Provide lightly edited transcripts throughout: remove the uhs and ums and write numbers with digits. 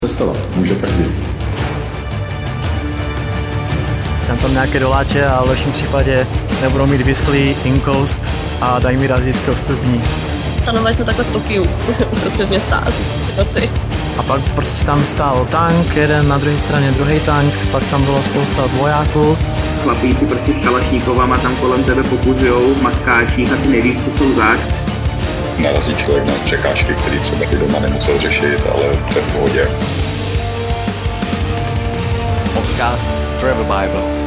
Cestovat může každý. Dám tam nějaké doláče a v lepším případě nebudou mít vysklý inkoust a dají mi razítko vstupní. Stanovali jsme takhle v Tokiu, uprostřed města, asi v noci. A pak prostě tam stál tank, jeden na druhé straně druhý tank, pak tam bylo spousta vojáků. Chlapíci prostě s kalašníkovama tam kolem tebe pokuzujou v maskáčích a ty nevíš, co jsou zač. Narazí člověk na překážky, které třeba ty doma nemusel řešit, ale to je v pohodě. Podcast Travel Bible.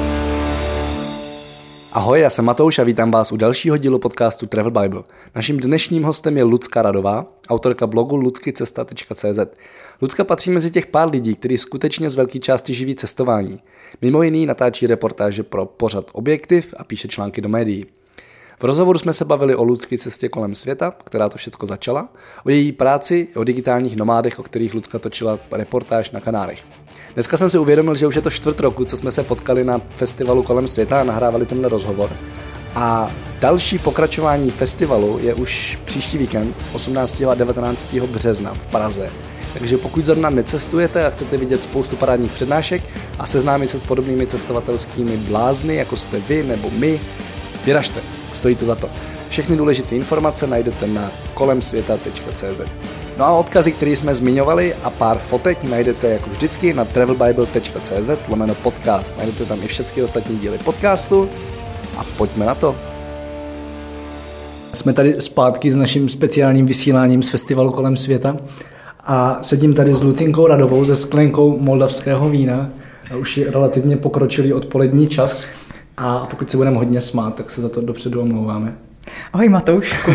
Ahoj, já jsem Matouš a vítám vás u dalšího dílu podcastu Travel Bible. Naším dnešním hostem je Lucka Radová, autorka blogu luckicesta.cz. Lucka patří mezi těch pár lidí, kteří skutečně z velké části živí cestování. Mimo jiný natáčí reportáže pro pořad Objektiv a píše články do médií. V rozhovoru jsme se bavili o Lucky cestě kolem světa, která to všechno začala, o její práci, o digitálních nomádech, o kterých Lucka točila reportáž na Kanárech. Dneska jsem si uvědomil, že už je to 4 roku, co jsme se potkali na festivalu kolem světa a nahrávali tenhle rozhovor. A další pokračování festivalu je už příští víkend, 18. a 19. března v Praze. Takže pokud zrovna necestujete a chcete vidět spoustu parádních přednášek a seznámit se s podobnými cestovatelskými blázny, jako jste vy nebo my, vyražte, stojí to za to. Všechny důležité informace najdete na kolemsvěta.cz. No a odkazy, které jsme zmiňovali a pár fotek najdete jako vždycky na travelbible.cz/podcast. Najdete tam i všechny ostatní díly podcastu a pojďme na to. Jsme tady zpátky s naším speciálním vysíláním z festivalu kolem světa a sedím tady s Lucinkou Radovou se sklenkou moldavského vína. Už je relativně pokročilý odpolední čas a pokud se budeme hodně smát, tak se za to dopředu omlouváme. Ahoj Matoušku.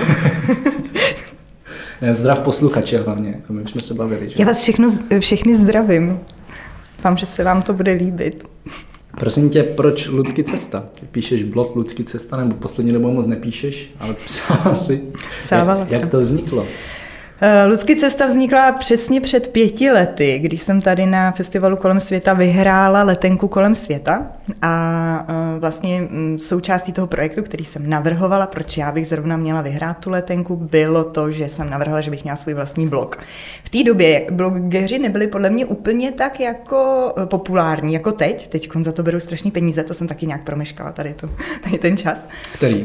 Zdrav posluchače hlavně, jako my už jsme se bavili. Že? Já vás všechny zdravím. Doufám, že se vám to bude líbit. Prosím tě, proč Lucky cesta? Píšeš blog Lucky cesta, nebo poslední dobou moc nepíšeš, ale psala si. Psávala Jak to vzniklo? Lucky cesta vznikla přesně před 5 lety, když jsem tady na festivalu kolem světa vyhrála letenku kolem světa a vlastně součástí toho projektu, který jsem navrhovala, proč já bych zrovna měla vyhrát tu letenku, bylo to, že jsem navrhla, že bych měla svůj vlastní blog. V té době blogeři nebyli podle mě úplně tak jako populární jako teď. Teď za to berou strašný peníze, to jsem taky nějak promeškala tady ten čas. Který?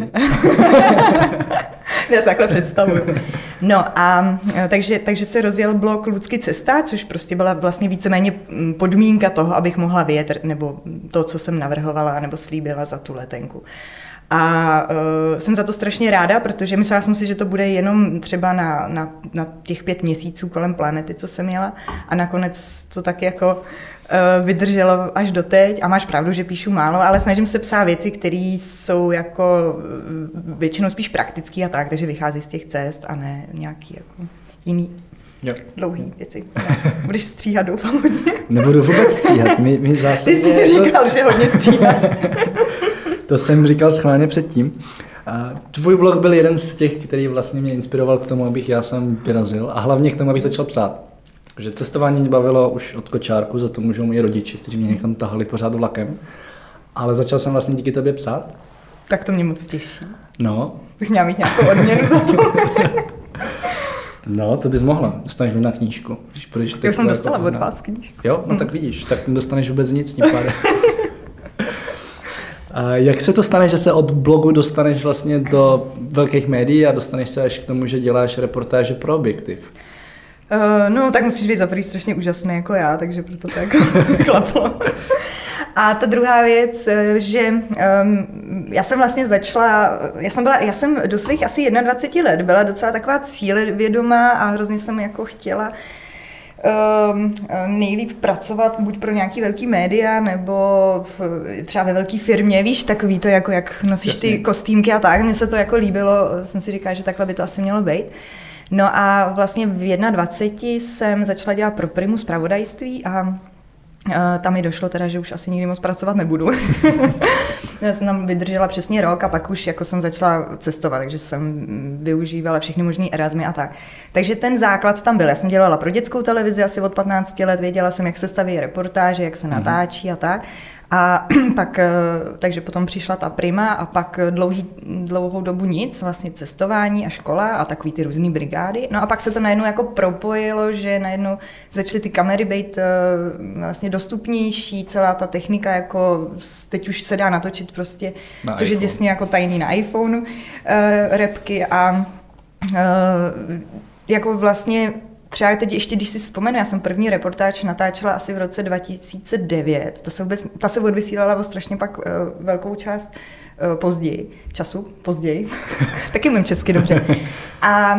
Já se takhle představuju. No a takže se rozjel blog Lucky cesta, což prostě byla vlastně víceméně podmínka toho, abych mohla vyjet, nebo to, co jsem navrhovala, nebo slíbila za tu letenku. A jsem za to strašně ráda, protože myslela jsem si, že to bude jenom třeba na těch 5 měsíců kolem planety, co jsem jela. A nakonec to tak jako vydrželo až doteď. A máš pravdu, že píšu málo, ale snažím se psát věci, které jsou jako většinou spíš praktický a tak, takže vychází z těch cest a ne nějaký jako jiný dlouhý věci. Budeš stříhat, doufám hodně. Nebudu vůbec stříhat. My zásadně... Ty jsi říkal, že hodně stříháš. To jsem říkal schválně předtím. Tvůj blog byl jeden z těch, který vlastně mě inspiroval k tomu, abych já sám vyrazil a hlavně k tomu, abych začal psát. Že cestování mě bavilo už od kočárku, za to můžou moji rodiči, kteří mě někam tahali pořád vlakem. Ale začal jsem vlastně díky tobě psát. Tak to mě moc těší. No. Bych měla mít nějakou odměnu za to. No, to bys mohla. Dostaneš mi na knížku. Já jsem dostala od vás knížku. Jo, no tak vidíš, tak nedostaneš vůbec nic, tím pádem. A jak se to stane, že se od blogu dostaneš vlastně do velkých médií a dostaneš se až k tomu, že děláš reportáže pro Objektiv? No, tak musíš být za první strašně úžasný jako já, takže proto to jako klaplo. A ta druhá věc, že já jsem vlastně začala, já jsem do svých asi 21 let byla docela taková cílevědomá a hrozně jsem jako chtěla nejlíp pracovat buď pro nějaký velký média, nebo třeba ve velké firmě, víš, takový to, jako jak nosíš ty kostýmky a tak, mně se to jako líbilo, jsem si říkala, že takhle by to asi mělo být. No a vlastně v 21 jsem začala dělat pro Primu zpravodajství a tam mi došlo teda, že už asi nikdy moc pracovat nebudu. Já jsem tam vydržela přesně rok a pak už jako jsem začala cestovat, takže jsem využívala všechny možný Erasmy a tak. Takže ten základ tam byl. Já jsem dělala pro dětskou televizi asi od 15 let, věděla jsem, jak se staví reportáže, jak se natáčí a tak. A pak, takže potom přišla ta Prima a pak dlouhou dobu nic, vlastně cestování a škola a takový ty různý brigády. No a pak se to najednou jako propojilo, že najednou začaly ty kamery být vlastně dostupnější, celá ta technika jako teď už se dá natočit prostě, na což iPhone. je děsně jako tajný na iPhoneu, repky a jako vlastně třeba teď ještě, když si vzpomenu, já jsem první reportáž natáčela asi v roce 2009, ta se odvysílala o strašně pak velkou část později, taky mluvím česky dobře. A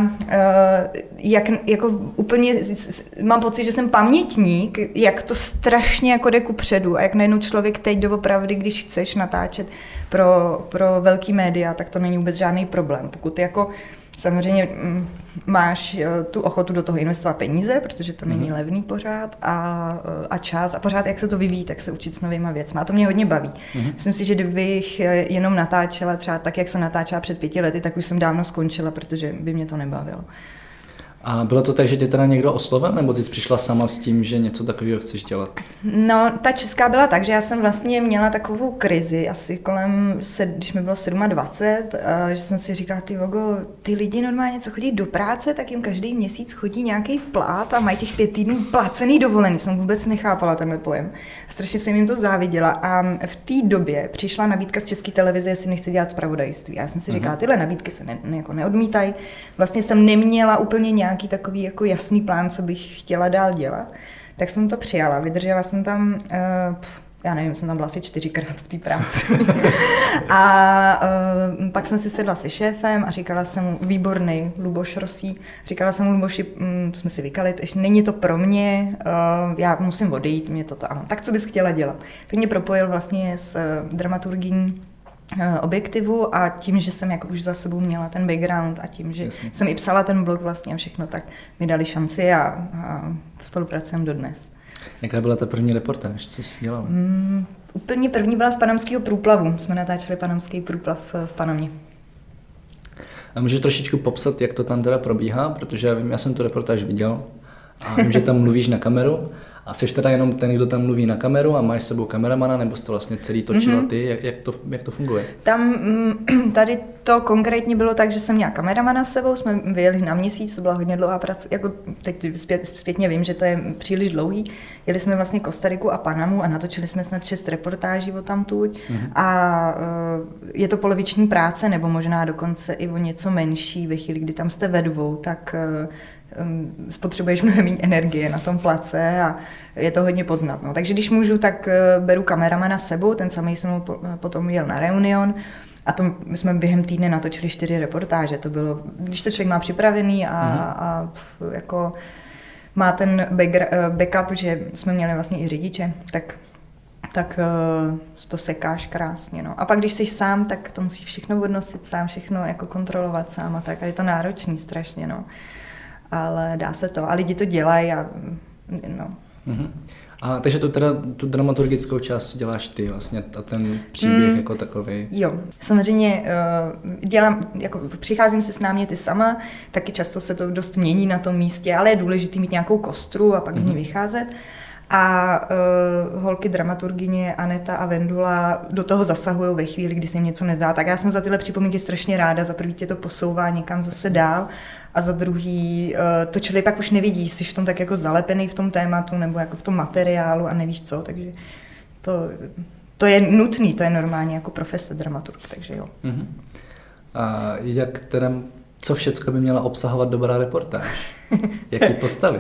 jako úplně mám pocit, že jsem pamětník, jak to strašně jako jde kupředu a jak najednou člověk teď doopravdy, když chceš natáčet pro velký média, tak to není vůbec žádný problém. Pokud jako samozřejmě máš tu ochotu do toho investovat peníze, protože to není levný pořád a čas a pořád, jak se to vyvíjí, tak se učit s novýma věcmi. A to mě hodně baví. Myslím si, že kdybych jenom natáčela třeba tak, jak jsem natáčela před 5 lety, tak už jsem dávno skončila, protože by mě to nebavilo. A bylo to tak, že tě teda někdo oslovil, nebo ty jsi přišla sama s tím, že něco takového chceš dělat? No, ta česká byla tak, že já jsem vlastně měla takovou krizi, asi kolem, když mi bylo 27, že jsem si říkala, ty vogo, ty lidi normálně, co chodí do práce, tak jim každý měsíc chodí nějaký plát a mají těch 5 týdnů placený dovolený. Jsem vůbec nechápala tenhle pojem. Strašně jsem jim to záviděla a v té době přišla nabídka z České televize, jestli nechci dělat zpravodajství. Já jsem si říkala, tyhle nabídky se jako neodmítají. Vlastně jsem neměla úplně nějaký takový jako jasný plán, co bych chtěla dál dělat. Tak jsem to přijala. Vydržela jsem tam, já nevím, jsem tam byla asi 4krát v té práci. A pak jsem si sedla se šéfem a říkala jsem mu, výborný, Luboš Rosí, říkala jsem mu, Luboši, jsme si vykali, není to pro mě, já musím odejít, mě toto, ano. Tak co bys chtěla dělat? Tak mě propojil vlastně s dramaturgyní Objektivu a tím, že jsem jako už za sebou měla ten background a tím, že jsem i psala ten blog vlastně a všechno, tak mi dali šanci a spolupracujeme dodnes. Jaká byla ta první reportáž? Co jsi dělala? Úplně první byla z Panamského průplavu. Jsme natáčeli Panamský průplav v Panamě. A můžeš trošičku popsat, jak to tam teda probíhá? Protože já vím, já jsem tu reportáž viděl a vím, že tam mluvíš na kameru. A jsi teda jenom ten, kdo tam mluví na kameru a máš s sebou kameramana, nebo jsi to vlastně celý točila ty? Jak to funguje? Tady to konkrétně bylo tak, že jsem měla kameramana s sebou, jsme vyjeli na měsíc, to byla hodně dlouhá práce, jako teď zpětně vím, že to je příliš dlouhý. Jeli jsme vlastně Kostariku a Panamu a natočili jsme snad 6 reportáží odtamtud a je to poloviční práce, nebo možná dokonce i o něco menší ve chvíli, kdy tam jste ve dvou, tak spotřebuješ mnohem méně energie na tom place a je to hodně poznat. No. Takže když můžu, tak beru kameramana s sebou, ten samý jsem potom jel na Reunion a to my jsme během týdne natočili 4 reportáže. To bylo, když to člověk má připravený a jako má ten backup, že jsme měli vlastně i řidiče, tak to sekáš krásně. No. A pak, když jsi sám, tak to musíš všechno odnosit sám, všechno jako kontrolovat sám a tak. A je to náročný strašně, no. Ale dá se to. A lidi to dělají a no. A takže tu dramaturgickou část děláš ty vlastně a ten příběh jako takový. Jo, samozřejmě přicházím si s náměty sama, taky často se to dost mění na tom místě, ale je důležité mít nějakou kostru a pak z ní vycházet. A holky dramaturgyně Aneta a Vendula do toho zasahují ve chvíli, kdy se jim něco nezdá. Tak já jsem za tyhle připomínky strašně ráda. Za prvý tě to posouvá někam zase dál a za druhý to člověk pak už nevidí, jsi v tom tak jako zalepený v tom tématu nebo jako v tom materiálu a nevíš co, takže to je nutný, to je normálně jako profese dramaturg, takže jo. A co všecko by měla obsahovat dobrá reportáž? Jaký postavy?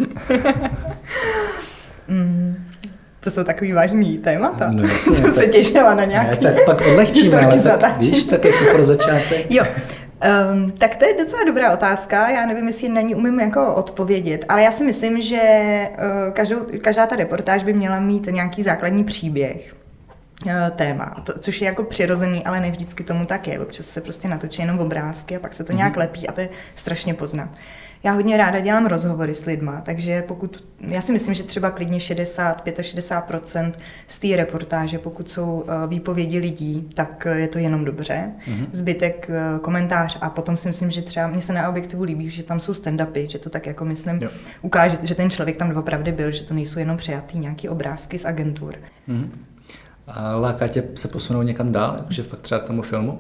To jsou takový vážný témata. No jasně, jsem se těšila na nějaký. Ne, tak pak odlehčíme, ale tak, víš, tak jako pro začátek. Jo, tak to je docela dobrá otázka. Já nevím, jestli na ní umím jako odpovědět, ale já si myslím, že každá ta reportáž by měla mít nějaký základní příběh, téma, což je jako přirozený, ale ne vždycky tomu tak je. Občas se prostě natočí jenom obrázky a pak se to nějak lepí a to je strašně poznat. Já hodně ráda dělám rozhovory s lidma, takže já si myslím, že třeba klidně 65% z té reportáže, pokud jsou výpovědi lidí, tak je to jenom dobře. Zbytek komentář a potom si myslím, že třeba mně se na Objektivu líbí, že tam jsou stand-upy, že to tak jako myslím ukáže, že ten člověk tam opravdu byl, že to nejsou jenom přejatý nějaký obrázky z agentur. A láká tě se posunout někam dál, jakože fakt třeba k tomu filmu?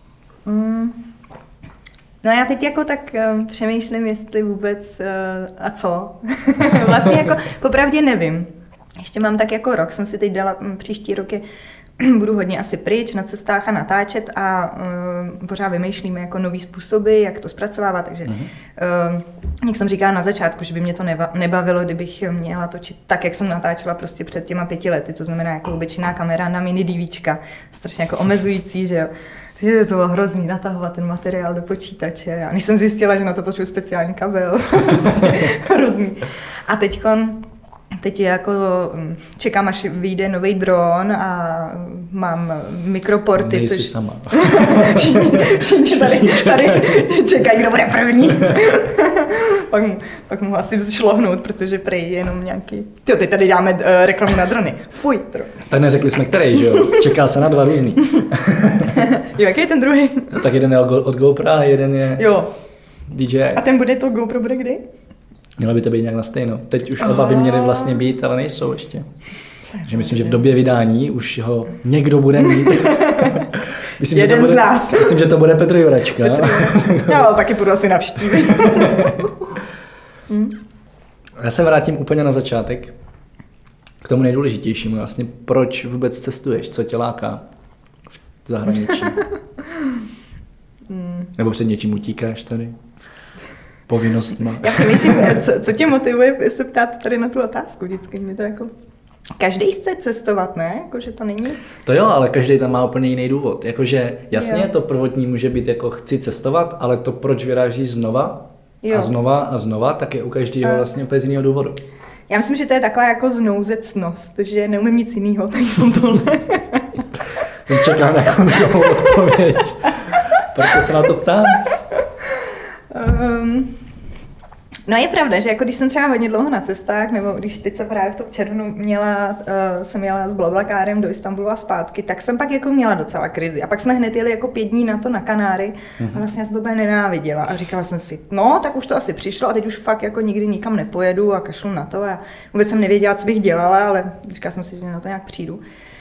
No já teď jako tak přemýšlím, jestli vůbec a co. Vlastně jako popravdě nevím. Ještě mám tak jako rok, jsem si teď dala, příští rok budu hodně asi pryč na cestách a natáčet a pořád vymýšlíme jako nový způsoby, jak to zpracovávat, takže jak jsem říkala na začátku, že by mě to nebavilo, kdybych měla točit tak, jak jsem natáčela prostě před těma 5 lety, to znamená jako obyčejná kamera na mini DVčka, strašně jako omezující, že jo. Takže to bylo hrozný natahovat ten materiál do počítače a než jsem zjistila, že na to potřebuji speciální kabel, hrozný. A teď jako čekám, až vyjde nový dron a mám mikroporty. Nejsi sama. Všichni tady čekají, kdo bude první. pak mu asi šlohnout, protože prej jenom nějaký... Tyjo, teď tady děláme reklamu na drony. Fuj. Tak neřekli jsme který, že jo? Čeká se na 2 různý. Jo, jaký je ten druhý? Tak jeden je od GoPro a jeden je DJI. A ten GoPro bude kdy? Mělo by to být nějak na stejno. Teď už oba by měly vlastně být, ale nejsou ještě. Takže myslím, že v době vydání už ho někdo bude mít. Jeden z nás. Myslím, že to bude Petr Juračka. Já taky budu asi navštívit. Já se vrátím úplně na začátek. K tomu nejdůležitějšímu. Vlastně proč vůbec cestuješ? Co tě láká v zahraničí? Nebo před něčím utíkáš tady? Povinnostma. Já přemýšlím, co tě motivuje se ptát tady na tu otázku vždycky. Mi to jako... Každý chce cestovat, ne? Jakože to není... To jo, ale každý tam má úplně jiný důvod. Jakože jasně, to prvotní může být jako chci cestovat, ale to proč vyrážíš znova a znova, tak je u každého vlastně úplně z jiného důvodu. Já myslím, že to je taková jako znouzecnost, že neumím nic jiného, tak mám tohle. Jsem čekal na nějakou odpověď. Proto se na to ptám. No je pravda, že jako když jsem třeba hodně dlouho na cestách, nebo když teď jsem právě v tom červnu jsem jela s BlaBlaCarem do Istanbulu a zpátky, tak jsem pak jako měla docela krizi. A pak jsme hned jeli jako 5 dní na to na Kanáry a vlastně já jsem to úplně nenáviděla. A říkala jsem si, no tak už to asi přišlo a teď už fakt jako nikdy nikam nepojedu a kašlu na to. A vůbec jsem nevěděla, co bych dělala, ale říkala jsem si, že na to nějak přijdu.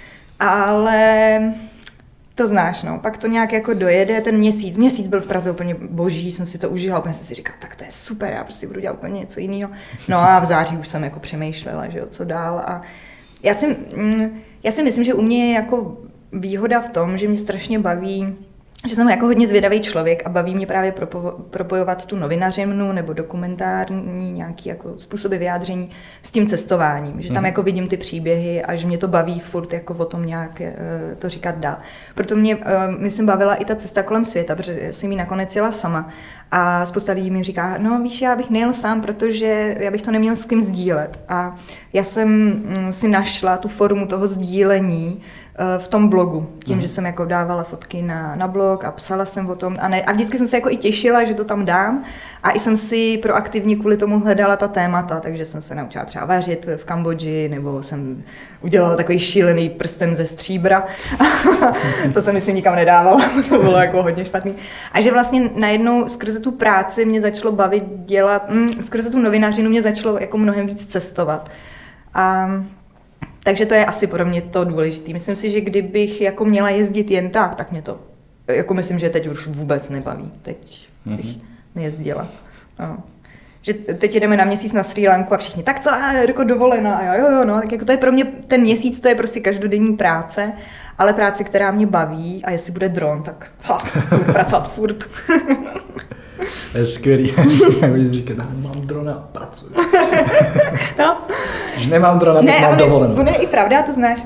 Ale... To znáš, no. Pak to nějak jako dojede, ten měsíc byl v Praze úplně boží, jsem si to užila, úplně jsem si říkala, tak to je super, já prostě budu dělat úplně něco jiného. No a v září už jsem jako přemýšlela, že jo, co dál a já si myslím, že u mě je jako výhoda v tom, že mě strašně baví, že jsem jako hodně zvědavý člověk a baví mě právě propojovat tu novinařinu nebo dokumentární nějaký jako způsoby vyjádření s tím cestováním, že tam jako vidím ty příběhy a že mě to baví furt jako o tom nějak to říkat dál. Proto mě, myslím, bavila i ta cesta kolem světa, protože jsem ji nakonec jela sama a spousta lidí mi říká, no víš, já bych nejel sám, protože já bych to neměl s kým sdílet a já jsem si našla tu formu toho sdílení v tom blogu, tím, že jsem jako dávala fotky na blog a psala jsem o tom a vždycky jsem se jako i těšila, že to tam dám a i jsem si proaktivně kvůli tomu hledala ta témata, takže jsem se naučila třeba vařit v Kambodži, nebo jsem udělala takový šílený prsten ze stříbra. To jsem myslím nikam nedávala, to bylo jako hodně špatný. A že vlastně najednou skrze tu práci mě začalo bavit dělat, skrze tu novinařinu mě začalo jako mnohem víc cestovat. Takže to je asi pro mě to důležité. Myslím si, že kdybych jako měla jezdit jen tak mě to, jako myslím, že teď už vůbec nebaví. Teď bych nejezdila. No. Že teď jedeme na měsíc na Srí Lanku a všichni, tak co, jako dovolená. A jo, no, tak jako to je pro mě, ten měsíc to je prostě každodenní práce, ale práce, která mě baví a jestli bude dron, tak budu pracovat furt. To je skvělý. Můžu říkat, mám drona a pracuji. No. Když nemám drona, tak mám dovolenou. Ne, i pravda, to znáš,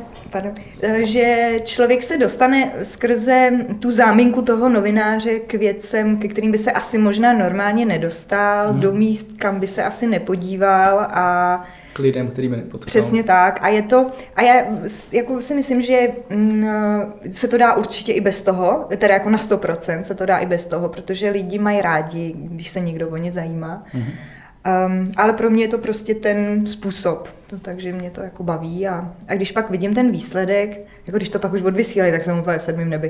že člověk se dostane skrze tu záminku toho novináře k věcem, ke kterým by se asi možná normálně nedostal, do míst, kam by se asi nepodíval a k lidem, který by nepotkal. Přesně tak. A já jako si myslím, že se to dá určitě i bez toho, teda jako na 100% se to dá i bez toho, protože lidi mají rádi, když se někdo o ně zajímá. Ale pro mě je to prostě ten způsob, takže mě to jako baví a když pak vidím ten výsledek, jako když to pak už odvysílají, tak jsem úplně v 7. nebi.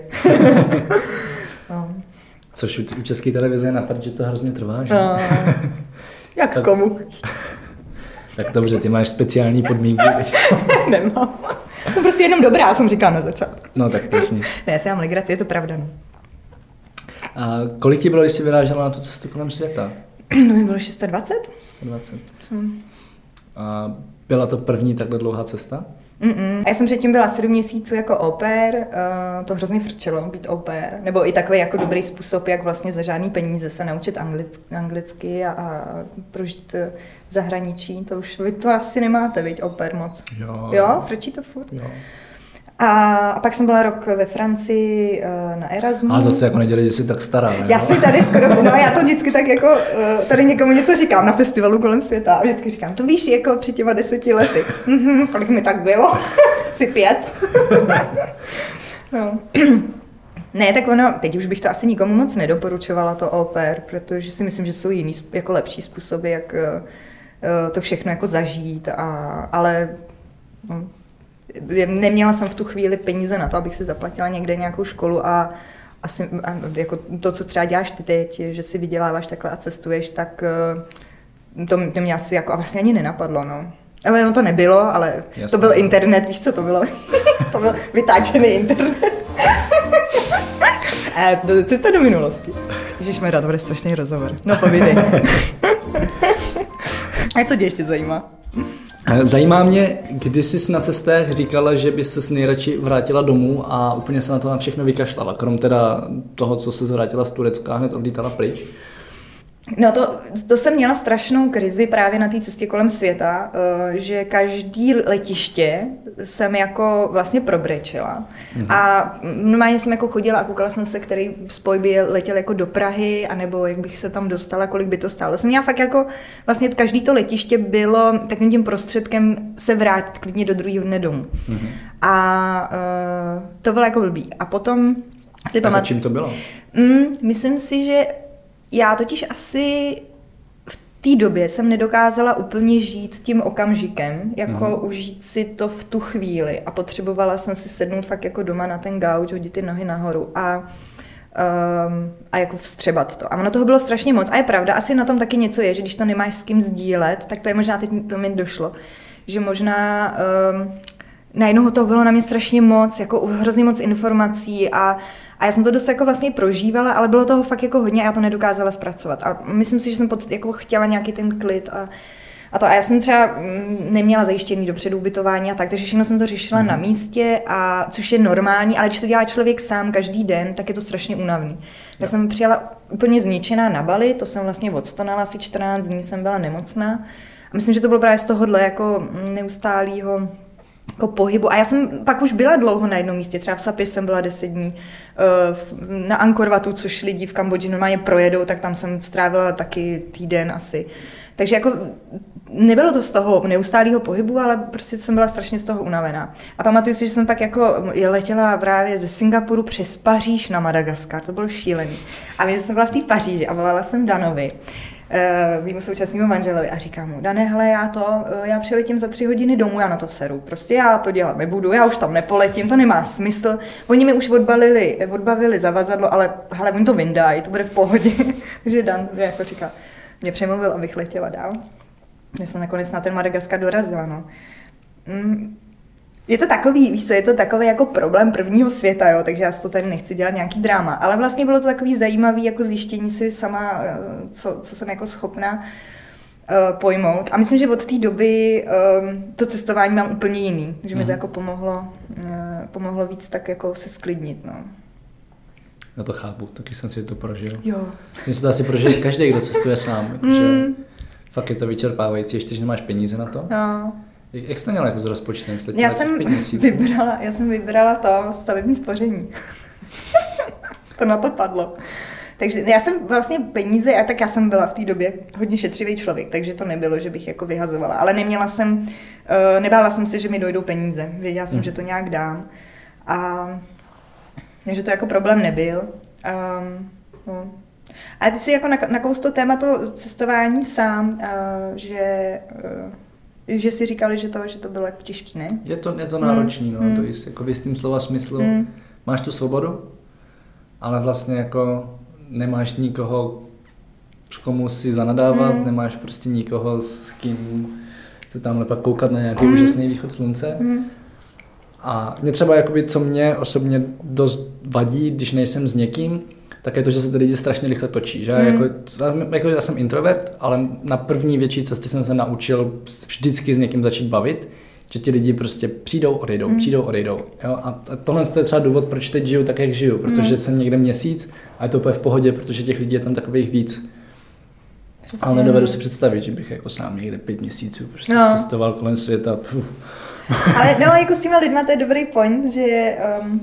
No. Což u české televize je napad, že to hrozně trvá, že? Jak komu? Tak dobře, ty máš speciální podmínky. Nemám. To prostě jenom dobrá, jsem říkala na začátku. No tak jasně. Ne, já si mám legraci, je to pravda. No. A kolik ti bylo, když jsi vyrážela na tu cestu kolem světa? No mi bylo 620. 120. A byla to první takhle dlouhá cesta? A já jsem předtím byla 7 měsíců jako au pair, to hrozně frčelo být au pair, nebo i takový jako dobrý způsob, jak vlastně za žádný peníze se naučit anglicky a prožít v zahraničí. To už vy to asi nemáte, viď, au pair moc. Jo, frčí to furt? Jo. A pak jsem byla rok ve Francii na Erasmu. A zase jako nedělej, že jsi tak stará, ne? Já si tady skoro, no já to vždycky tak jako, tady někomu něco říkám na festivalu kolem světa a vždycky říkám, to víš, jako před těma 10 lety. Kolik mi tak bylo? Asi 5. No. Ne, tak ono, teď už bych to asi nikomu moc nedoporučovala, to au pair, protože si myslím, že jsou jiný, jako lepší způsoby, jak to všechno jako zažít, ale no, neměla jsem v tu chvíli peníze na to, abych si zaplatila někde nějakou školu a asi jako to, co třeba děláš ty teď, že si vyděláváš takhle a cestuješ, tak to mě asi jako a vlastně ani nenapadlo, no. Ale no to nebylo, ale jasně. To byl internet, víš co to bylo? To byl vytáčený internet. Cesta do minulosti. Ježišmarja, to bude strašný rozhovor. No povídej. A co tě ještě zajímá? Zajímá mě, kdy jsi na cestách říkala, že bys se nejradši vrátila domů a úplně se na to na všechno vykašlala, krom teda toho, co se vrátila z Turecka a hned odlítala pryč. No to jsem měla strašnou krizi právě na té cestě kolem světa, že každý letiště jsem jako vlastně probrečela. A normálně jsem jako chodila a koukala jsem se, který spoj by letěl jako do Prahy, anebo jak bych se tam dostala, kolik by to stálo. Jsem měla fakt jako, vlastně každý to letiště bylo takovým tím prostředkem se vrátit klidně do druhého dne domů. A to bylo jako blbý. A potom si pamatuju. Čím to bylo? Myslím si, že já totiž asi v té době jsem nedokázala úplně žít tím okamžikem, jako užít si to v tu chvíli a potřebovala jsem si sednout fakt jako doma na ten gauč, hodit ty nohy nahoru a jako vstřebat to. A ono toho bylo strašně moc. A je pravda, asi na tom taky něco je, že když to nemáš s kým sdílet, tak to je možná, teď to mi došlo, že možná najednou toho bylo na mě strašně moc, jako hrozně moc informací a já jsem to dost jako vlastně prožívala, ale bylo toho fakt jako hodně a já to nedokázala zpracovat. A myslím si, že jsem jako chtěla nějaký ten klid a to. A já jsem třeba neměla zajištěný dopředu ubytování a tak, takže všechno jsem to řešila na místě, a což je normální, ale když to dělá člověk sám každý den, tak je to strašně únavný. Já jsem přijela úplně zničená na Bali, to jsem vlastně odstonala, asi 14 dní jsem byla nemocná. A myslím, že to bylo právě z tohohle jako neustálýho jako pohybu. A já jsem pak už byla dlouho na jednom místě, třeba v Sapě jsem byla 10 dní, na Angkor Watu, což lidi v Kambodži normálně projedou, tak tam jsem strávila taky týden asi. Takže jako nebylo to z toho neustálého pohybu, ale prostě jsem byla strašně z toho unavená. A pamatuju si, že jsem pak jako letěla právě ze Singapuru přes Paříž na Madagaskar, to bylo šílený. A když jsem byla v té Paříži a volala jsem Danovi, mýmu současnému manželovi a říkám mu, Dane, hele, já přiletím za 3 hodiny domů, já na to seru. Prostě já to dělat nebudu, já už tam nepoletím, to nemá smysl. Oni mi už odbavili zavazadlo, ale hele, oni to vyndají, to bude v pohodě. Takže Dan jako říká, mě přemluvil, abych letěla dál. Já jsem nakonec na ten Madagaskar dorazila, no. Je to takový, víš co, je to takový jako problém prvního světa, jo, takže já si to tady nechci dělat nějaký drama, ale vlastně bylo to takový zajímavý jako zjištění si sama, co jsem jako schopna pojmout. A myslím, že od té doby to cestování mám úplně jiný, že mi to jako pomohlo víc tak jako se sklidnit, no. Já to chápu, taky jsem si to prožil. Jo. Myslím si to asi prožil každý, kdo cestuje sám, jakože fakt je to vyčerpávající, ještě, že nemáš peníze na to. No. Jak jsi to měla jako s rozpočtem? Já jsem vybrala to stavební spoření. To na to padlo. Takže já jsem vlastně peníze, a tak já jsem byla v té době hodně šetřivý člověk, takže to nebylo, že bych jako vyhazovala. Ale nebála jsem se, že mi dojdou peníze. Věděla jsem, že to nějak dám. A že to jako problém nebyl. No. A ty jsi jako nakous to téma to cestování sám, že si říkali, že to bylo jako těžký, ne? Je to náročný, no, to je jako v jistým slova smyslu. Máš tu svobodu, ale vlastně jako nemáš nikoho, komu si zanadávat, nemáš prostě nikoho, s kým se tamhle pak koukat na nějaký úžasný východ slunce. A mě třeba, jakoby, co mě osobně dost vadí, když nejsem s někým, tak je to, že se ty lidi strašně rychle točí. Že? Jako já jsem introvert, ale na první větší cestě jsem se naučil vždycky s někým začít bavit, že ti lidi prostě přijdou, odejdou. Jo? A tohle je třeba důvod, proč teď žiju tak, jak žiju, protože jsem někde měsíc a je to úplně v pohodě, protože těch lidí je tam takových víc. Přesně. Ale nedovedu si představit, že bych jako sám někde 5 měsíců prostě cestoval kolem světa. Ale no, jako s těma lidma to je dobrý point, že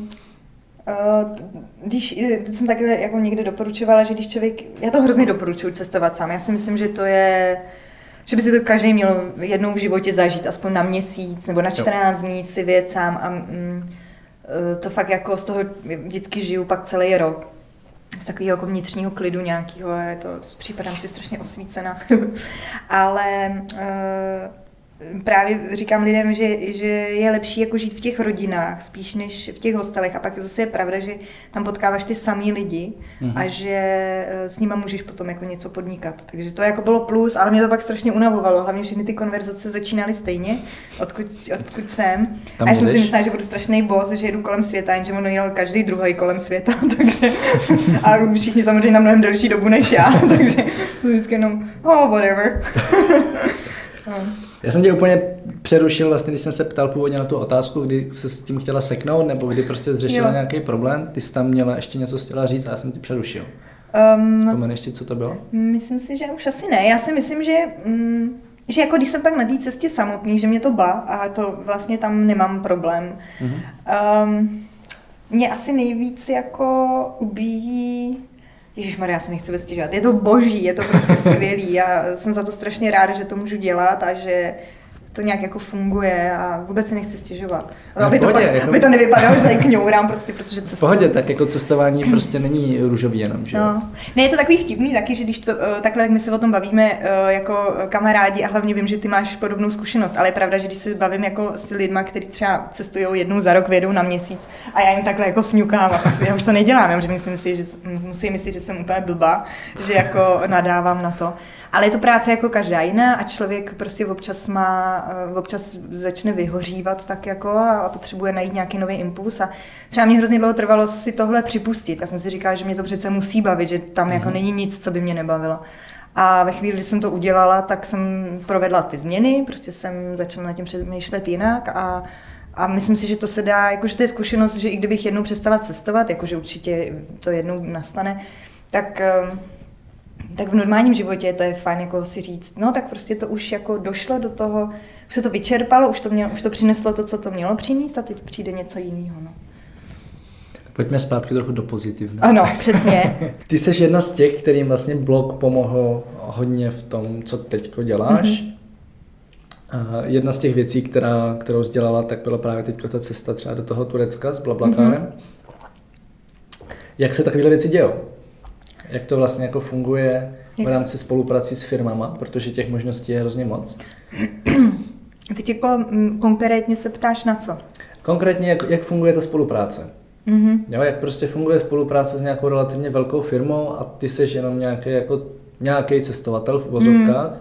když jsem takhle jako někde doporučovala, že když člověk, já to hrozně doporučuji cestovat sám, já si myslím, že to je, že by si to každý měl jednou v životě zažít, aspoň na měsíc nebo na 14 dní si vyjet sám a to fakt jako z toho vždycky žiju pak celý rok. Z takového jako vnitřního klidu nějakého, připadám si strašně osvícená, ale právě říkám lidem, že je lepší jako žít v těch rodinách spíš než v těch hostelech a pak zase je pravda, že tam potkáváš ty samý lidi a že s nima můžeš potom jako něco podnikat. Takže to jako bylo plus, ale mě to pak strašně unavovalo. Hlavně všechny ty konverzace začínaly stejně, odkud jsem. A já jsem si myslela, že budu strašný boss, že jedu kolem světa, jenže on jel každý druhý kolem světa, takže a všichni samozřejmě na mnohem delší dobu než já, takže vždycky jenom whatever. Já jsem tě úplně přerušil, vlastně, když jsem se ptal původně na tu otázku, kdy se s tím chtěla seknout, nebo kdy prostě zřešila nějaký problém, ty jsi tam měla ještě něco chtěla říct a já jsem tě přerušil. Vzpomeneš si, co to bylo? Myslím si, že už asi ne. Já si myslím, že jako když jsem pak na té cestě samotný, že mě to a to vlastně tam nemám problém. Mě asi nejvíc jako ubíjí. Ježišmarja, já se nechci vestěžovat. Je to boží, je to prostě skvělý. Já jsem za to strašně ráda, že to můžu dělat a že to nějak jako funguje a vůbec si nechci stěžovat. Aby to nevypadalo, že tady kňourám prostě, protože cestuju. V pohodě, tak jako cestování prostě není růžový jenom, že jo? No. Ne, je to takový vtipný taky, že když takhle, tak my se o tom bavíme jako kamarádi a hlavně vím, že ty máš podobnou zkušenost, ale je pravda, že když se bavím jako s lidma, kteří třeba cestují jednou za rok, vyjedou na měsíc a já jim takhle jako fňukám a já už to nedělám, že musí myslet, že jsem úplně blbá, že jako nadávám na to. Ale je to práce jako každá jiná a člověk prostě občas začne vyhořívat tak jako a potřebuje najít nějaký nový impuls a třeba mě hrozně dlouho trvalo si tohle připustit. Já jsem si říkala, že mě to přece musí bavit, že tam jako není nic, co by mě nebavilo. A ve chvíli, kdy jsem to udělala, tak jsem provedla ty změny, prostě jsem začala nad tím přemýšlet jinak a myslím si, že to se dá, jakože to je zkušenost, že i kdybych jednou přestala cestovat, jakože určitě to jednou nastane, tak v normálním životě to je fajn jako si říct, no tak prostě to už jako došlo do toho, už se to vyčerpalo, už to přineslo to, co to mělo přinést a teď přijde něco jiného. No. Pojďme zpátky trochu do pozitivna. Ano, přesně. Ty jsi jedna z těch, kterým vlastně blog pomohl hodně v tom, co teďko děláš. Jedna z těch věcí, kterou jsi dělala, tak byla právě teďko ta cesta třeba do toho Turecka s BlaBlaCarem. Jak se takovéhle věci dějou? Jak to vlastně jako funguje v rámci spoluprací s firmama, protože těch možností je hrozně moc? Teď jako konkrétně se ptáš na co? Konkrétně, jak funguje ta spolupráce? Jo, jak prostě funguje spolupráce s nějakou relativně velkou firmou a ty seš jenom nějaký cestovatel v uvozovkách?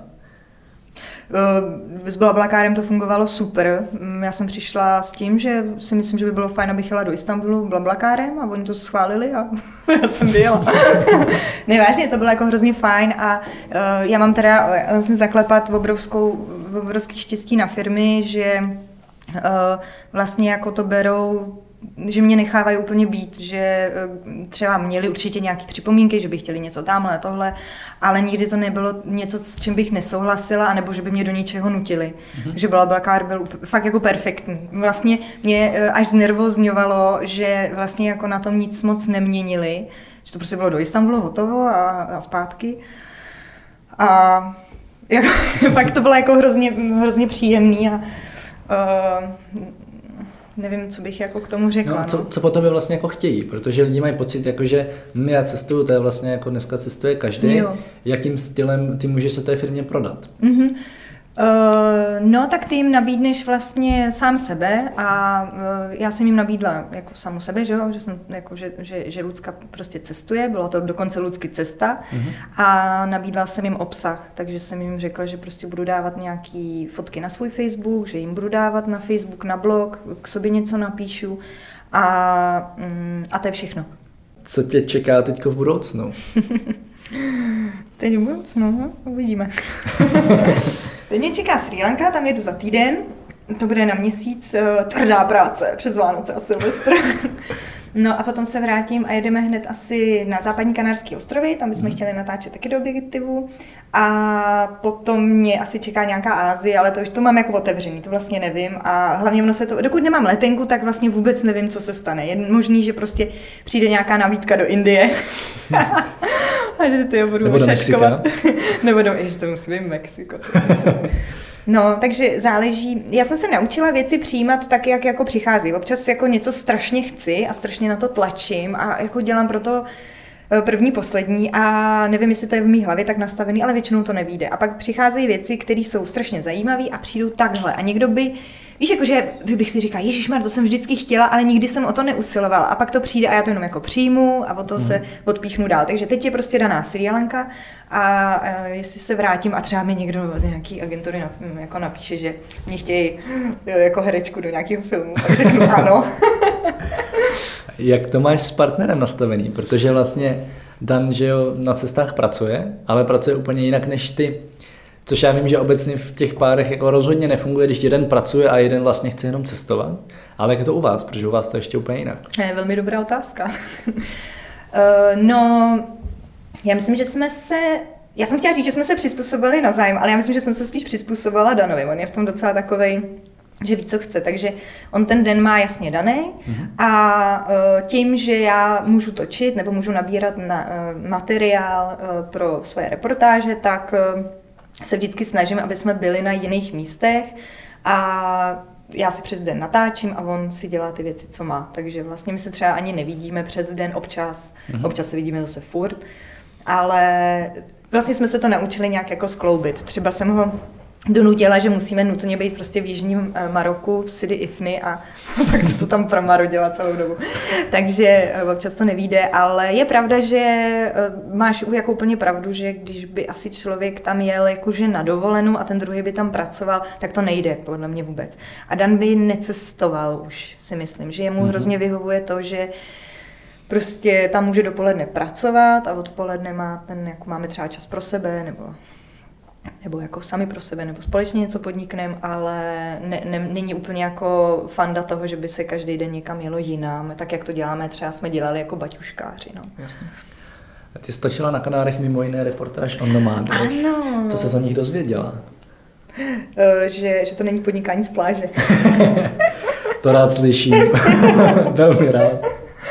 S BlaBlaCarem to fungovalo super. Já jsem přišla s tím, že si myslím, že by bylo fajn, abych jela do Istanbulu BlaBlaCarem a oni to schválili a já jsem vyjela. Nevážně, to bylo jako hrozně fajn a já mám teda vlastně zaklepat obrovský štěstí na firmy, že vlastně jako to berou, že mě nechávají úplně být, že třeba měli určitě nějaké připomínky, že by chtěli něco tamhle, tohle, ale nikdy to nebylo něco, s čím bych nesouhlasila, anebo že by mě do něčeho nutili. Takže BlaBlaCar byl fakt jako perfektní. Vlastně mě až znervozňovalo, že vlastně jako na tom nic moc neměnili, že to prostě bylo do Istanbulu hotovo a zpátky. A jako, fakt to bylo jako hrozně příjemný a nevím, co bych jako k tomu řekla. No, co po tobě vlastně jako chtějí, protože lidi mají pocit, jako, že já cestuju, to je vlastně jako dneska cestuje každý. Jo. Jakým stylem ty můžeš se té firmě prodat? No, tak ty jim nabídneš vlastně sám sebe a já jsem jim nabídla jako samu sebe, že jo, že Lucka prostě cestuje, byla to dokonce Lucky cesta a nabídla jsem jim obsah, takže jsem jim řekla, že prostě budu dávat nějaký fotky na svůj Facebook, že jim budu dávat na Facebook, na blog, k sobě něco napíšu a to je všechno. Co tě čeká teďko v budoucnu? Teď v budoucnu, uvidíme. Teď mě čeká Srí Lanka, tam jedu za týden, to bude na měsíc, tvrdá práce přes Vánoce a Silvestr. No a potom se vrátím a jedeme hned asi na západní Kanárské ostrovy, tam bychom chtěli natáčet taky do objektivu. A potom mě asi čeká nějaká Asie, ale to už to mám jako otevřený, to vlastně nevím. A hlavně ono se to, dokud nemám letenku, tak vlastně vůbec nevím, co se stane. Je možný, že prostě přijde nějaká nabídka do Indie. A že ty jo budu šaškovat. Nebo ještě to musí být Mexiko. No, takže záleží. Já jsem se naučila věci přijímat tak, jak jako přichází. Občas jako něco strašně chci a strašně na to tlačím a jako dělám pro to první, poslední a nevím, jestli to je v mý hlavě tak nastavený, ale většinou to nevyjde. A pak přicházejí věci, které jsou strašně zajímavé a přijdou takhle. A někdo by, víš, jakože bych si říkala, ježišmar, to jsem vždycky chtěla, ale nikdy jsem o to neusilovala. A pak to přijde a já to jenom jako přijmu a od toho se odpíchnu dál. Takže teď je prostě daná Srí Lanka a jestli se vrátím a třeba mi někdo z nějaký agentury jako napíše, že mě chtějí jako herečku do nějakého filmu, takže ano. Jak to máš s partnerem nastavený? Protože vlastně Dan, že jo, na cestách pracuje, ale pracuje úplně jinak než ty. Což já vím, že obecně v těch párech jako rozhodně nefunguje, když jeden pracuje a jeden vlastně chce jenom cestovat. Ale jak je to u vás? Protože u vás to ještě úplně jinak. Je velmi dobrá otázka. No, já myslím, že já jsem chtěla říct, že jsme se přizpůsobili navzájem, ale já myslím, že jsem se spíš přizpůsobila Danovi. On je v tom docela takovej, že ví, co chce, takže on ten den má jasně daný a tím, že já můžu točit nebo můžu nabírat materiál pro svoje reportáže, tak se vždycky snažím, aby jsme byli na jiných místech a já si přes den natáčím a on si dělá ty věci, co má. Takže vlastně my se třeba ani nevidíme přes den, občas se vidíme zase furt, ale vlastně jsme se to naučili nějak jako skloubit. Třeba jsem ho donutila, že musíme nutně být prostě v jižním Maroku, v Sidi Ifni a pak se to tam promarodila celou dobu. Takže občas to nevyjde, ale je pravda, že máš jako úplně pravdu, že když by asi člověk tam jel jakože na dovolenou a ten druhý by tam pracoval, tak to nejde podle mě vůbec. A Dan by necestoval už, si myslím, že jemu hrozně vyhovuje to, že prostě tam může dopoledne pracovat a odpoledne jako máme třeba čas pro sebe, nebo jako sami pro sebe, nebo společně něco podnikneme, ale není úplně jako fanda toho, že by se každý den někam jelo jinam, tak jak to děláme, třeba jsme dělali jako baťuškáři. No. Jasně. A ty jsi točila na Kanárech mimo jiné reportáž o nomádech. Ano. Co se o nich dozvěděla? Že to není podnikání z pláže. To rád slyším. Velmi rád.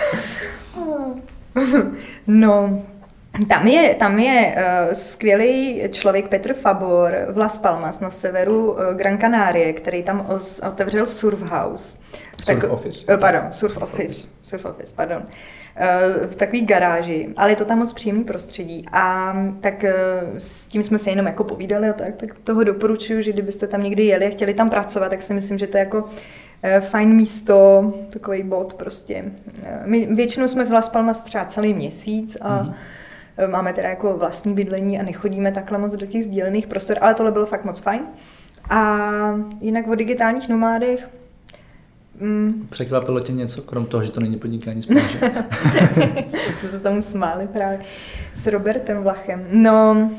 No, tam je skvělý člověk Petr Fabor v Las Palmas na severu Gran Canarie, který tam otevřel Surf House. Surf Office, pardon. V takové garáži, ale je to tam moc příjemný prostředí. A tak s tím jsme se jenom jako povídali a tak toho doporučuji, že kdybyste tam někdy jeli a chtěli tam pracovat, tak si myslím, že to je jako fajn místo, takový bod prostě. My většinou jsme v Las Palmas třeba celý měsíc a máme teda jako vlastní bydlení a nechodíme takhle moc do těch sdílených prostor, ale tohle bylo fakt moc fajn. A jinak o digitálních nomádech Překvapilo tě něco, krom toho, že to není podnikání z pláže? Jsme se tomu smáli právě s Robertem Vlachem. No,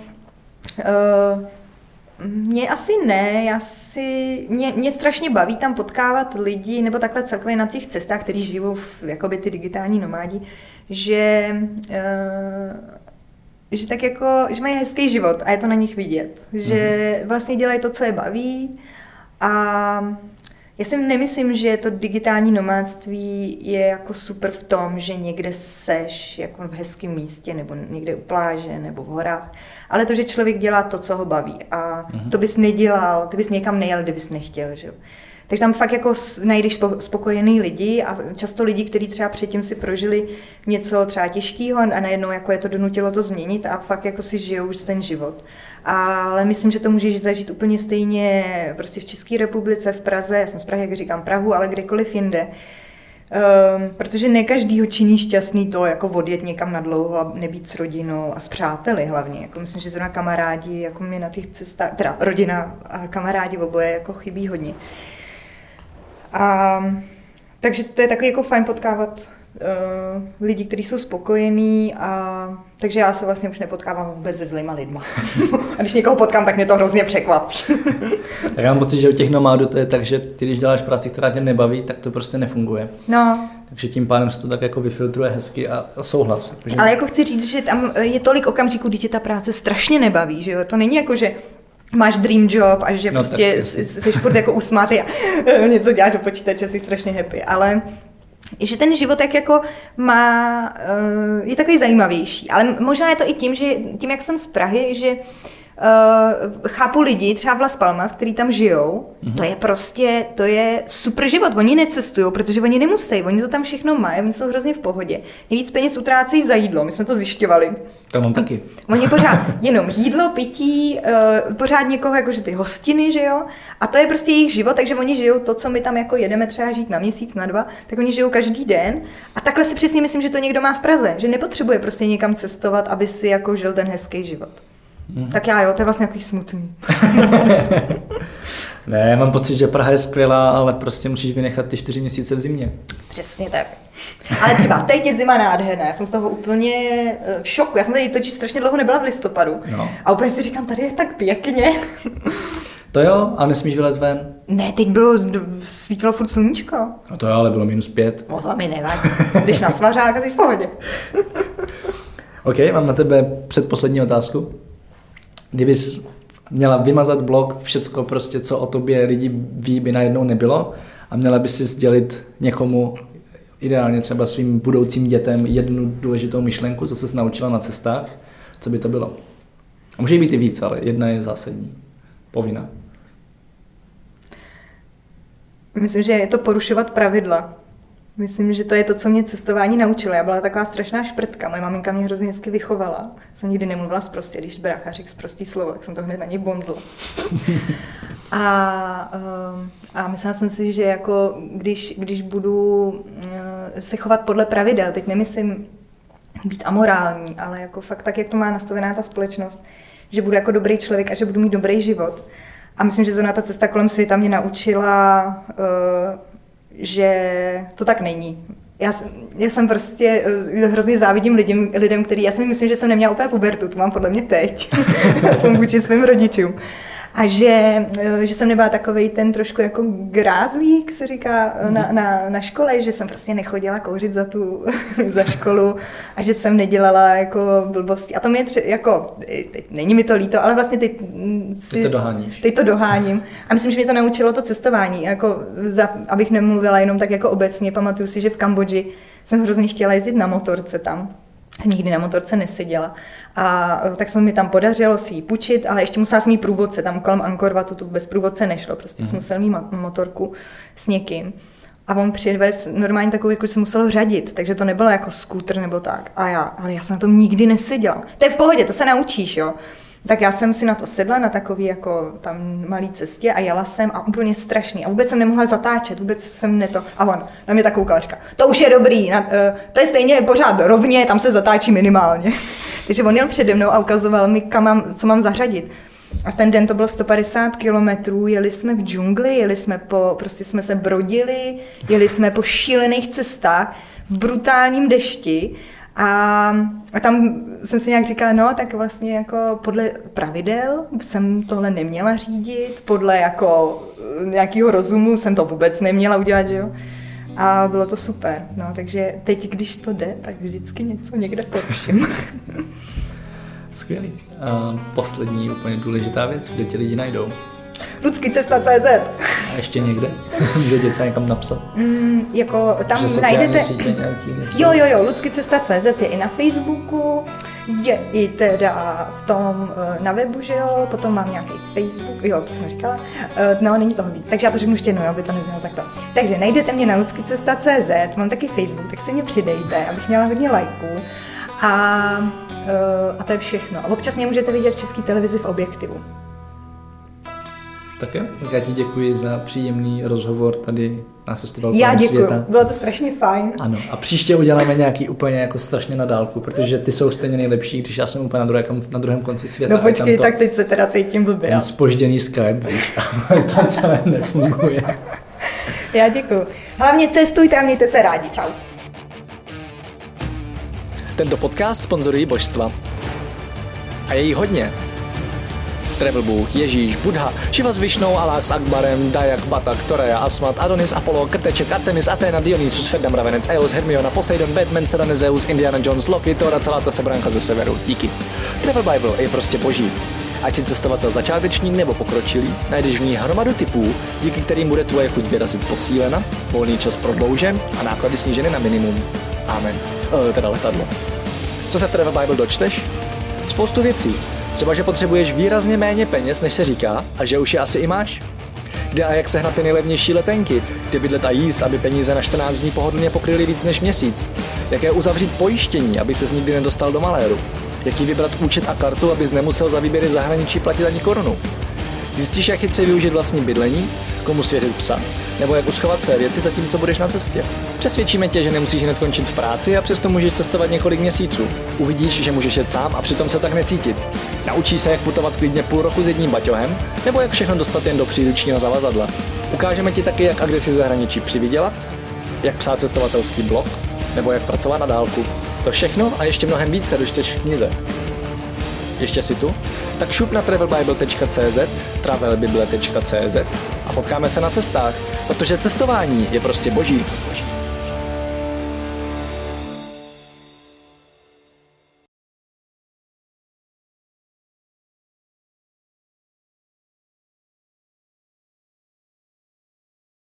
mě asi ne, mě strašně baví tam potkávat lidi, nebo takhle celkově na těch cestách, kteří žijou jakoby ty digitální nomádi, že tak jako, že mají hezký život a je to na nich vidět, že vlastně dělají to, co je baví a Já si nemyslím, že to digitální nomádství je jako super v tom, že někde seš jako v hezkém místě nebo někde u pláže nebo v horách, ale to, že člověk dělá to, co ho baví a to bys nedělal, ty bys někam nejel, kdybys nechtěl, že jo. Takže tam fakt jako najdeš spokojený lidi a často lidi, kteří třeba předtím si prožili něco třeba těžkého a najednou jako je to donutilo to změnit a fakt jako si žijou už ten život. Ale myslím, že to můžeš zažít úplně stejně prostě v České republice, v Praze, já jsem z Prahy, jak říkám Prahu, ale kdekoliv jinde. Protože ne každýho činí šťastný to, jako odjet někam na dlouho a nebýt s rodinou a s přáteli hlavně. Jako myslím, že zrovna kamarádi, jako mi na těch cestách, teda rodina a kamarádi oboje jako chybí hodně. Takže to je takový jako fajn potkávat lidi, kteří jsou spokojení a takže já se vlastně už nepotkávám vůbec se zlýma lidma. A když někoho potkám, tak mě to hrozně překvapí. Tak já mám pocit, že u těch nomádů to je tak, že ty, když děláš práci, která tě nebaví, tak to prostě nefunguje. No. Takže tím pádem se to tak jako vyfiltruje hezky a souhlas. Protože... Ale jako chci říct, že tam je tolik okamžiků, kdy tě ta práce strašně nebaví, že jo? To není jako, že máš dream job a že prostě jsi furt jako usmátý a něco děláš do počítače, jsi strašně happy, ale že ten život tak jako má, je takový zajímavější, ale možná je to i tím, že tím, jak jsem z Prahy, že chápu lidi, třeba v Las Palmas, který tam žijou, to je super život, oni necestují, protože oni nemusí, oni to tam všechno mají, oni jsou hrozně v pohodě. Nejvíc peněz utrácejí za jídlo, my jsme to zjišťovali. To mám taky. Oni pořád jenom jídlo, pití, pořád někoho, jakože ty hostiny, že jo, a to je prostě jejich život, takže oni žijou to, co my tam jako jedeme třeba žít na měsíc, na 2, tak oni žijou každý den a takhle si přesně myslím, že to někdo má v Praze, že nepotřebuje prostě někam cestovat, aby si jako žil ten hezký život. Tak já jo, to je vlastně takový smutný. Ne, mám pocit, že Praha je skvělá, ale prostě musíš vynechat ty 4 měsíce v zimě. Přesně tak. Ale třeba teď je zima nádherná, já jsem z toho úplně v šoku. Já jsem tady totiž strašně dlouho nebyla v listopadu. No. A úplně si říkám, tady je tak pěkně. To jo, a nesmíš vylez ven? Ne, teď svítilo furt sluníčko. No to jo, ale bylo -5. No to mi nevadí. Když na svařák, jsi v pohodě. OK, mám na tebe předposlední otázku. Kdybys měla vymazat blog, všecko prostě, co o tobě lidi ví, by najednou nebylo a měla bys si sdělit někomu, ideálně třeba svým budoucím dětem, jednu důležitou myšlenku, co ses naučila na cestách, co by to bylo? A může být i víc, ale jedna je zásadní, povinná. Myslím, že je to porušovat pravidla. Myslím, že to je to, co mě cestování naučilo. Já byla taková strašná šprtka. Moje maminka mě hrozně hezky vychovala. Jsem nikdy nemluvila sprostě, když brácha řekl sprostý slovo, tak jsem to hned na něj bonzla. A myslela jsem si, že jako když budu se chovat podle pravidel, teď nemyslím být amorální, ale jako fakt tak, jak to má nastavená ta společnost, že budu jako dobrý člověk a že budu mít dobrý život. A myslím, že zrovna ta cesta kolem světa mě naučila, že to tak není. Já jsem prostě hrozně závidím lidem, který, já si myslím, že jsem neměla úplně pubertu, to mám podle mě teď, aspoň vůči svým rodičům. A že jsem nebyla takovej ten trošku jako grázlík, se říká na škole, že jsem prostě nechodila kouřit za školu a že jsem nedělala jako blbosti. A to mě jako, teď není mi to líto, ale vlastně teď to doháním. A myslím, že mě to naučilo to cestování, jako abych nemluvila jenom tak jako obecně. Pamatuju si, že v Kambodži jsem hrozně chtěla jezdit na motorce tam. Nikdy na motorce neseděla. A tak se mi tam podařilo si ji půjčit, ale ještě musela jsem mít průvodce, tam kolem Angkor Watu to bez průvodce nešlo, prostě jsem musel mít motorku s někým. A on přivez normálně takovou, jako jsem musel řadit, takže to nebylo jako skútr nebo tak. Ale já jsem na tom nikdy neseděla. To je v pohodě, to se naučíš, jo. Tak já jsem si na to sedla, na takový jako tam malý cestě a jela jsem a úplně strašný. A vůbec jsem nemohla zatáčet, vůbec jsem neto. A on na mě takovou koláčka. To už je dobrý, to je stejně pořád rovně, tam se zatáčí minimálně. Takže on jel přede mnou a ukazoval mi, co mám zařadit. A ten den to bylo 150 kilometrů, jeli jsme v džungli, prostě jsme se brodili, jeli jsme po šílených cestách, v brutálním dešti. A tam jsem si nějak říkala, no tak vlastně jako podle pravidel jsem tohle neměla řídit, podle jako nějakého rozumu jsem to vůbec neměla udělat, že jo. A bylo to super, no takže teď, když to jde, tak vždycky něco někde poruším. Skvělý. A poslední úplně důležitá věc, kde tě lidi najdou? ludskycesta.cz. A ještě někde? Můžete třeba někam napsat? Jako tam najdete... Jo, ludskycesta.cz je i na Facebooku, je i teda v tom na webu, že jo, potom mám nějaký Facebook, jo, to jsem říkala, no není toho víc, takže já to řeknu ještě jednou, aby to neznělo takto. Takže najdete mě na ludskycesta.cz, mám taky Facebook, tak se mě přidejte, abych měla hodně lajků a to je všechno. A občas mě můžete vidět v České televizi v Objektivu. Tak jo, já ti děkuji za příjemný rozhovor tady na festivalu Já děkuji, světa. Bylo to strašně fajn. Ano, a příště uděláme nějaký úplně jako strašně na dálku, protože ty jsou stejně nejlepší, když já jsem úplně na druhém konci světa. No počkej, tak teď se teda cítím blbě. Ten zpožděný Skype, víš, a to celé nefunguje. Já děkuji. Hlavně cestujte a mějte se rádi. Čau. Tento podcast sponzorují božstva. A je jich hodně. Travel Bůh, Ježíš, Buddha, Šiva s Višnou, Alák s Akbarem, Dajak, Batak, Torea, Asmat, Adonis, Apollo, Krteček, Artemis, Athena, Dionysus, Ferdam, Ravenec, Eos, Hermiona, Poseidon, Batman, Serena, Zeus, Indiana Jones, Loki, Thor a celá ta sebranka ze severu. Díky. Travel Bible je prostě boží. Ať si cestovatel začátečník nebo pokročilý, najdeš v ní hromadu typů, díky kterým bude tvoje chuť vyrazit posílena, volný čas prodloužen a náklady sníženy na minimum. Amen. Teda letadlo. Co se v Travel Bible dočteš? Spoustu věcí. Třeba, že potřebuješ výrazně méně peněz, než se říká, a že už je asi i máš. Kde a jak sehnat ty nejlevnější letenky, kde bydlet a jíst, aby peníze na 14 dní pohodlně pokryly víc než měsíc. Jaké uzavřít pojištění, aby ses nikdy nedostal do maléru. Jaký vybrat účet a kartu, abys nemusel za výběry zahraničí platit ani korunu. Zjistíš, jak chytře využít vlastní bydlení, komu svěřit psa, nebo jak uschovat své věci zatímco budeš na cestě. Přesvědčíme tě, že nemusíš hned končit v práci a přesto můžeš cestovat několik měsíců. Uvidíš, že můžeš jet sám a přitom se tak necítit. Naučíš se, jak putovat klidně půl roku s jedním baťohem, nebo jak všechno dostat jen do příručního zavazadla. Ukážeme ti taky, jak a kde si v zahraničí přivydělat, jak psát cestovatelský blog, nebo jak pracovat na dálku. To všechno a ještě mnohem víc se dočteš v knize. Ještě si tu? Tak šup na travelbible.cz, travelbible.cz a potkáme se na cestách, protože cestování je prostě boží.